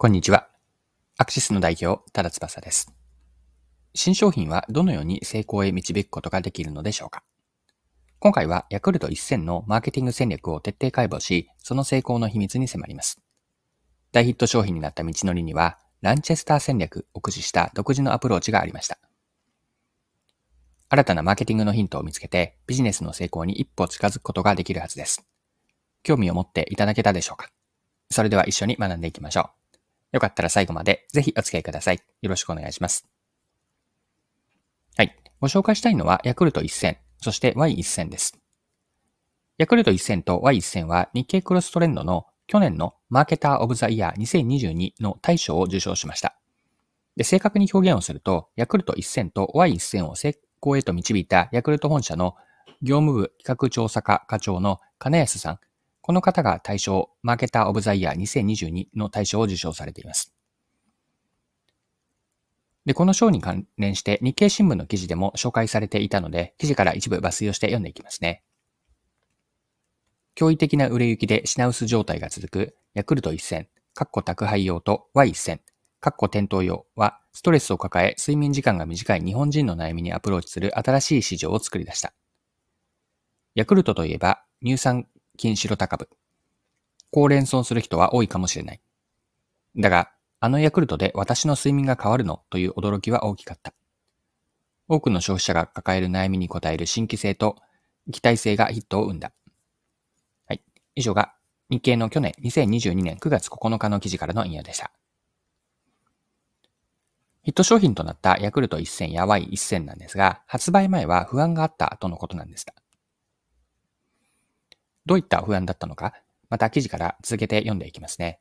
こんにちは。アクシスの代表、多田翼です。新商品はどのように成功へ導くことができるのでしょうか。今回はヤクルト1000のマーケティング戦略を徹底解剖し、その成功の秘密に迫ります。大ヒット商品になった道のりには、ランチェスター戦略を駆使した独自のアプローチがありました。新たなマーケティングのヒントを見つけて、ビジネスの成功に一歩近づくことができるはずです。興味を持っていただけたでしょうか。それでは一緒に学んでいきましょう。よかったら最後までぜひお付き合いください。よろしくお願いします。はい。ご紹介したいのはヤクルト1000、そして Y1000 です。ヤクルト1000と Y1000 は日経クロストレンドの去年のマーケターオブザイヤー2022の大賞を受賞しました。で、正確に表現をすると、ヤクルト1000と Y1000 を成功へと導いたヤクルト本社の業務部企画調査課課長の金安さん、この方が大賞マーケターオブザイヤー2022の大賞を受賞されています。で、この章に関連して日経新聞の記事でも紹介されていたので、記事から一部抜粋をして読んでいきますね。驚異的な売れ行きで品薄状態が続くヤクルト1000、宅配用と Y1000、店頭用はストレスを抱え睡眠時間が短い日本人の悩みにアプローチする新しい市場を作り出した。ヤクルトといえば乳酸菌シロタ株。こう連想する人は多いかもしれない。だが、あのヤクルトで私の睡眠が変わるのという驚きは大きかった。多くの消費者が抱える悩みに応える新規性と期待性がヒットを生んだ。はい。以上が日経の去年2022年9月9日の記事からの引用でした。ヒット商品となったヤクルト1000や Y1000 なんですが、発売前は不安があったとのことなんです。どういった不安だったのか、また記事から続けて読んでいきますね。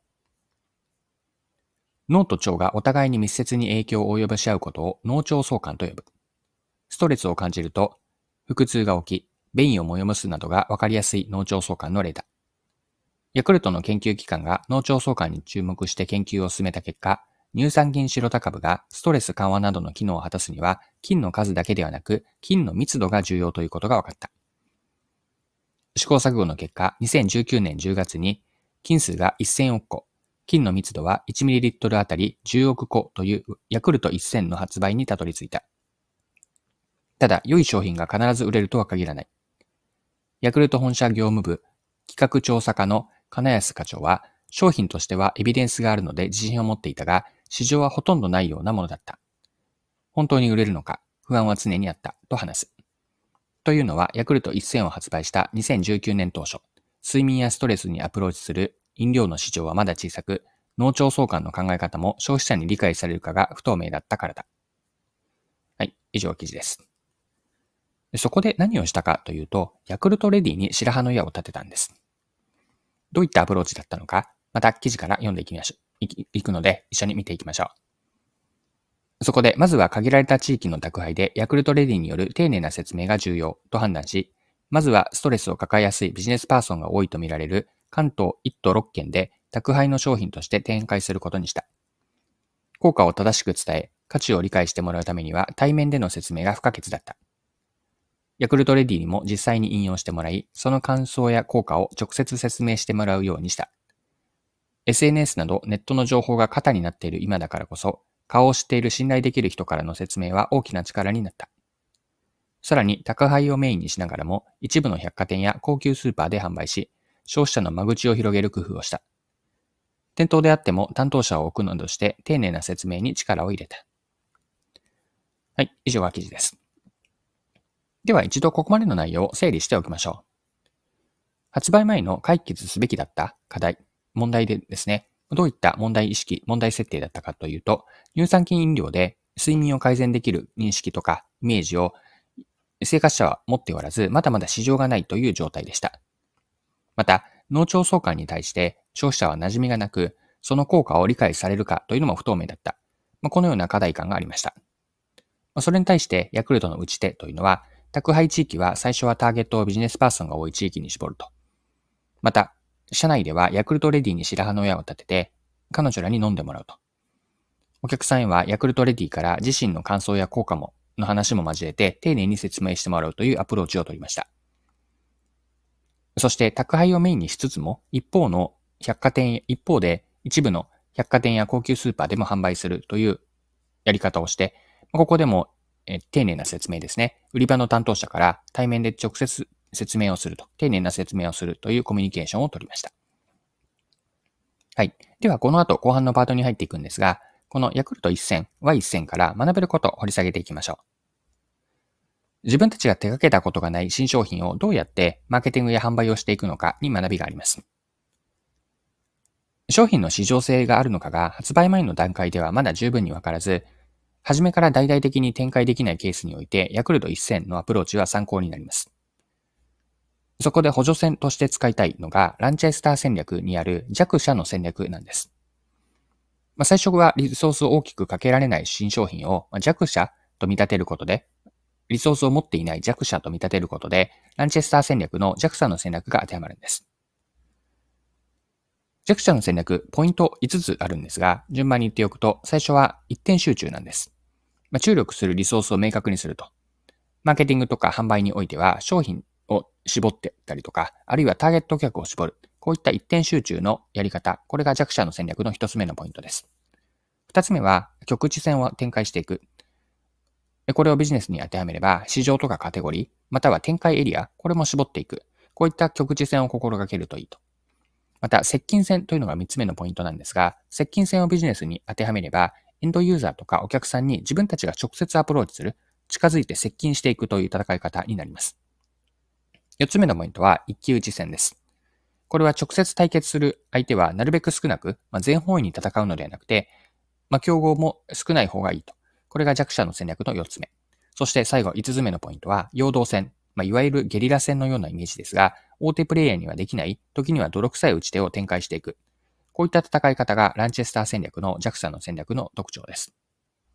脳と腸がお互いに密接に影響を及ぼし合うことを脳腸相関と呼ぶ。ストレスを感じると、腹痛が起き、便意を催すなどが分かりやすい脳腸相関の例だ。ヤクルトの研究機関が脳腸相関に注目して研究を進めた結果、乳酸菌シロタ株がストレス緩和などの機能を果たすには、菌の数だけではなく、菌の密度が重要ということが分かった。試行錯誤の結果、2019年10月に、菌数が1000億個、菌の密度は 1ml あたり10億個というヤクルト1000の発売にたどり着いた。ただ、良い商品が必ず売れるとは限らない。ヤクルト本社業務部企画調査課の金安課長は、商品としてはエビデンスがあるので自信を持っていたが、市場はほとんどないようなものだった。本当に売れるのか、不安は常にあったと話す。というのは、ヤクルト1000を発売した2019年当初、睡眠やストレスにアプローチする飲料の市場はまだ小さく、脳腸相関の考え方も消費者に理解されるかが不透明だったからだ。はい、以上記事です。そこで何をしたかというと、ヤクルトレディに白羽の矢を立てたんです。どういったアプローチだったのか、また記事から読んでいくので、一緒に見ていきましょう。そこで、まずは限られた地域の宅配でヤクルトレディによる丁寧な説明が重要と判断し、まずはストレスを抱えやすいビジネスパーソンが多いとみられる関東1都6県で宅配の商品として展開することにした。効果を正しく伝え、価値を理解してもらうためには対面での説明が不可欠だった。ヤクルトレディにも実際に引用してもらい、その感想や効果を直接説明してもらうようにした。SNS などネットの情報が過多になっている今だからこそ、顔を知っている信頼できる人からの説明は大きな力になった。さらに宅配をメインにしながらも、一部の百貨店や高級スーパーで販売し、消費者の間口を広げる工夫をした。店頭であっても担当者を置くなどして丁寧な説明に力を入れた。はい、以上が記事です。では一度ここまでの内容を整理しておきましょう。発売前の解決すべきだった課題、問題でですね、どういった問題意識、問題設定だったかというと、乳酸菌飲料で睡眠を改善できる認識とかイメージを生活者は持っておらず、まだまだ市場がないという状態でした。また、脳腸相関に対して消費者は馴染みがなく、その効果を理解されるかというのも不透明だった。このような課題感がありました。それに対してヤクルトの打ち手というのは、宅配地域は最初はターゲットをビジネスパーソンが多い地域に絞ると。また、社内ではヤクルトレディに白羽の矢を立てて、彼女らに飲んでもらうと。お客さんへはヤクルトレディから自身の感想や効果の話も交えて丁寧に説明してもらうというアプローチを取りました。そして宅配をメインにしつつも、一方で一部の百貨店や高級スーパーでも販売するというやり方をして、ここでも丁寧な説明ですね。売り場の担当者から対面で直接説明をすると、丁寧な説明をするというコミュニケーションを取りました。はい。では、この後後半のパートに入っていくんですが、このヤクルト1000、Y1000 から学べることを掘り下げていきましょう。自分たちが手掛けたことがない新商品をどうやってマーケティングや販売をしていくのかに学びがあります。商品の市場性があるのかが発売前の段階ではまだ十分にわからず、初めから大々的に展開できないケースにおいて、ヤクルト1000のアプローチは参考になります。そこで補助線として使いたいのが、ランチェスター戦略にある弱者の戦略なんです。最初はリソースを大きくかけられない新商品を弱者と見立てることで、リソースを持っていない弱者と見立てることで、ランチェスター戦略の弱者の戦略が当てはまるんです。弱者の戦略、ポイント5つあるんですが、順番に言っておくと、最初は一点集中なんです。注力するリソースを明確にすると。マーケティングとか販売においては、商品を絞ってたりとか、あるいはターゲット客を絞る。こういった一点集中のやり方、これが弱者の戦略の一つ目のポイントです。二つ目は、局地戦を展開していく。これをビジネスに当てはめれば、市場とかカテゴリー、または展開エリア、これも絞っていく。こういった局地戦を心がけるといいと。また、接近戦というのが3つ目のポイントなんですが、接近戦をビジネスに当てはめれば、エンドユーザーとかお客さんに自分たちが直接アプローチする、近づいて接近していくという戦い方になります。4つ目のポイントは、一騎打ち戦です。これは直接対決する相手はなるべく少なく、全方位に戦うのではなくて、競合も少ない方がいいと。これが弱者の戦略の4つ目。そして最後5つ目のポイントは、陽動戦。いわゆるゲリラ戦のようなイメージですが、大手プレイヤーにはできない、時には泥臭い打ち手を展開していく。こういった戦い方がランチェスター戦略の弱者の戦略の特徴です。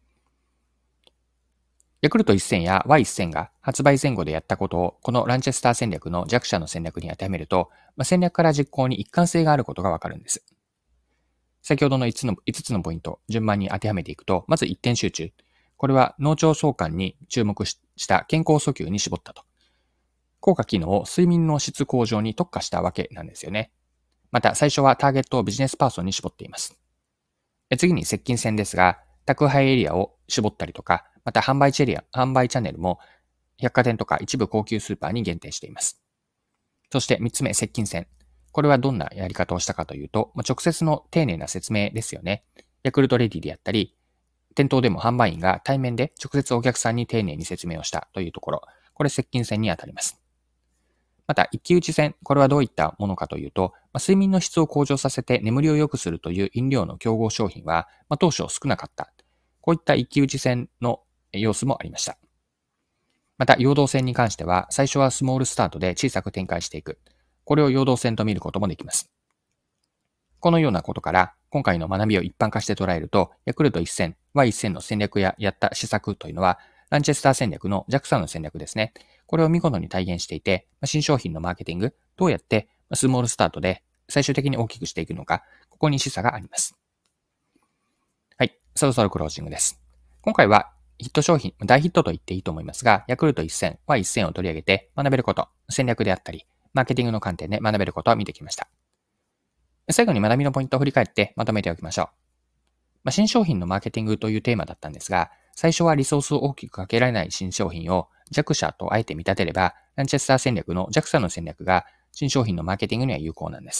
ヤクルト1000や Y1000 が発売前後でやったことを、このランチェスター戦略の弱者の戦略に当てはめると、戦略から実行に一貫性があることがわかるんです。先ほどの5つのポイント、順番に当てはめていくと、まず一点集中。これは脳腸相関に注目した健康訴求に絞ったと。効果機能を睡眠の質向上に特化したわけなんですよね。また最初はターゲットをビジネスパーソンに絞っています。次に接近戦ですが、宅配エリアを絞ったりとか、また販売チャンネルも百貨店とか一部高級スーパーに限定しています。そして3つ目、接近戦。これはどんなやり方をしたかというと、直接の丁寧な説明ですよね。ヤクルトレディであったり、店頭でも販売員が対面で直接お客さんに丁寧に説明をしたというところ、これ接近戦にあたります。また、一騎打ち戦、これはどういったものかというと、睡眠の質を向上させて眠りを良くするという飲料の競合商品は、当初少なかった。こういった一騎打ち戦の様子もありました。また、陽動戦に関しては、最初はスモールスタートで小さく展開していく。これを陽動戦と見ることもできます。このようなことから、今回の学びを一般化して捉えると、ヤクルト1000、Y1000 の戦略ややった施策というのは、ランチェスター戦略の弱者の戦略ですね。これを見事に体現していて、新商品のマーケティング、どうやってスモールスタートで最終的に大きくしていくのか、ここに示唆があります。はい、そろそろクロージングです。今回はヒット商品、大ヒットと言っていいと思いますが、ヤクルト1000、Y1000 を取り上げて学べること、戦略であったり、マーケティングの観点で学べることを見てきました。最後に学びのポイントを振り返ってまとめておきましょう。新商品のマーケティングというテーマだったんですが、最初はリソースを大きくかけられない新商品を弱者とあえて見立てれば、ランチェスター戦略の弱者の戦略が新商品のマーケティングには有効なんです。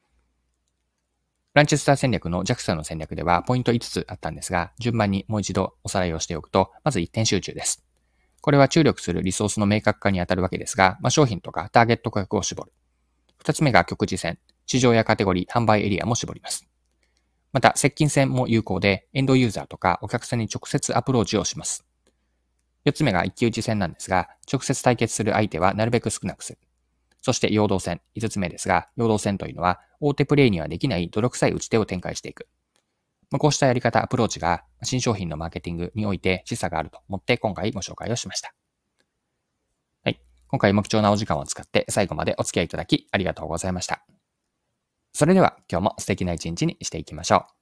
ランチェスター戦略の弱者の戦略ではポイント5つあったんですが、順番にもう一度おさらいをしておくと、まず一点集中です。これは注力するリソースの明確化に当たるわけですが、商品とかターゲット価格を絞る。二つ目が局地戦。市場やカテゴリー、販売エリアも絞ります。また、接近戦も有効で、エンドユーザーとかお客さんに直接アプローチをします。四つ目が一騎打ち戦なんですが、直接対決する相手はなるべく少なくする。そして陽動戦、五つ目ですが、陽動戦というのは、大手プレイにはできない泥臭い打ち手を展開していく。こうしたやり方、アプローチが、新商品のマーケティングにおいて示唆があると思って今回ご紹介をしました。はい。今回も貴重なお時間を使って最後までお付き合いいただきありがとうございました。それでは今日も素敵な一日にしていきましょう。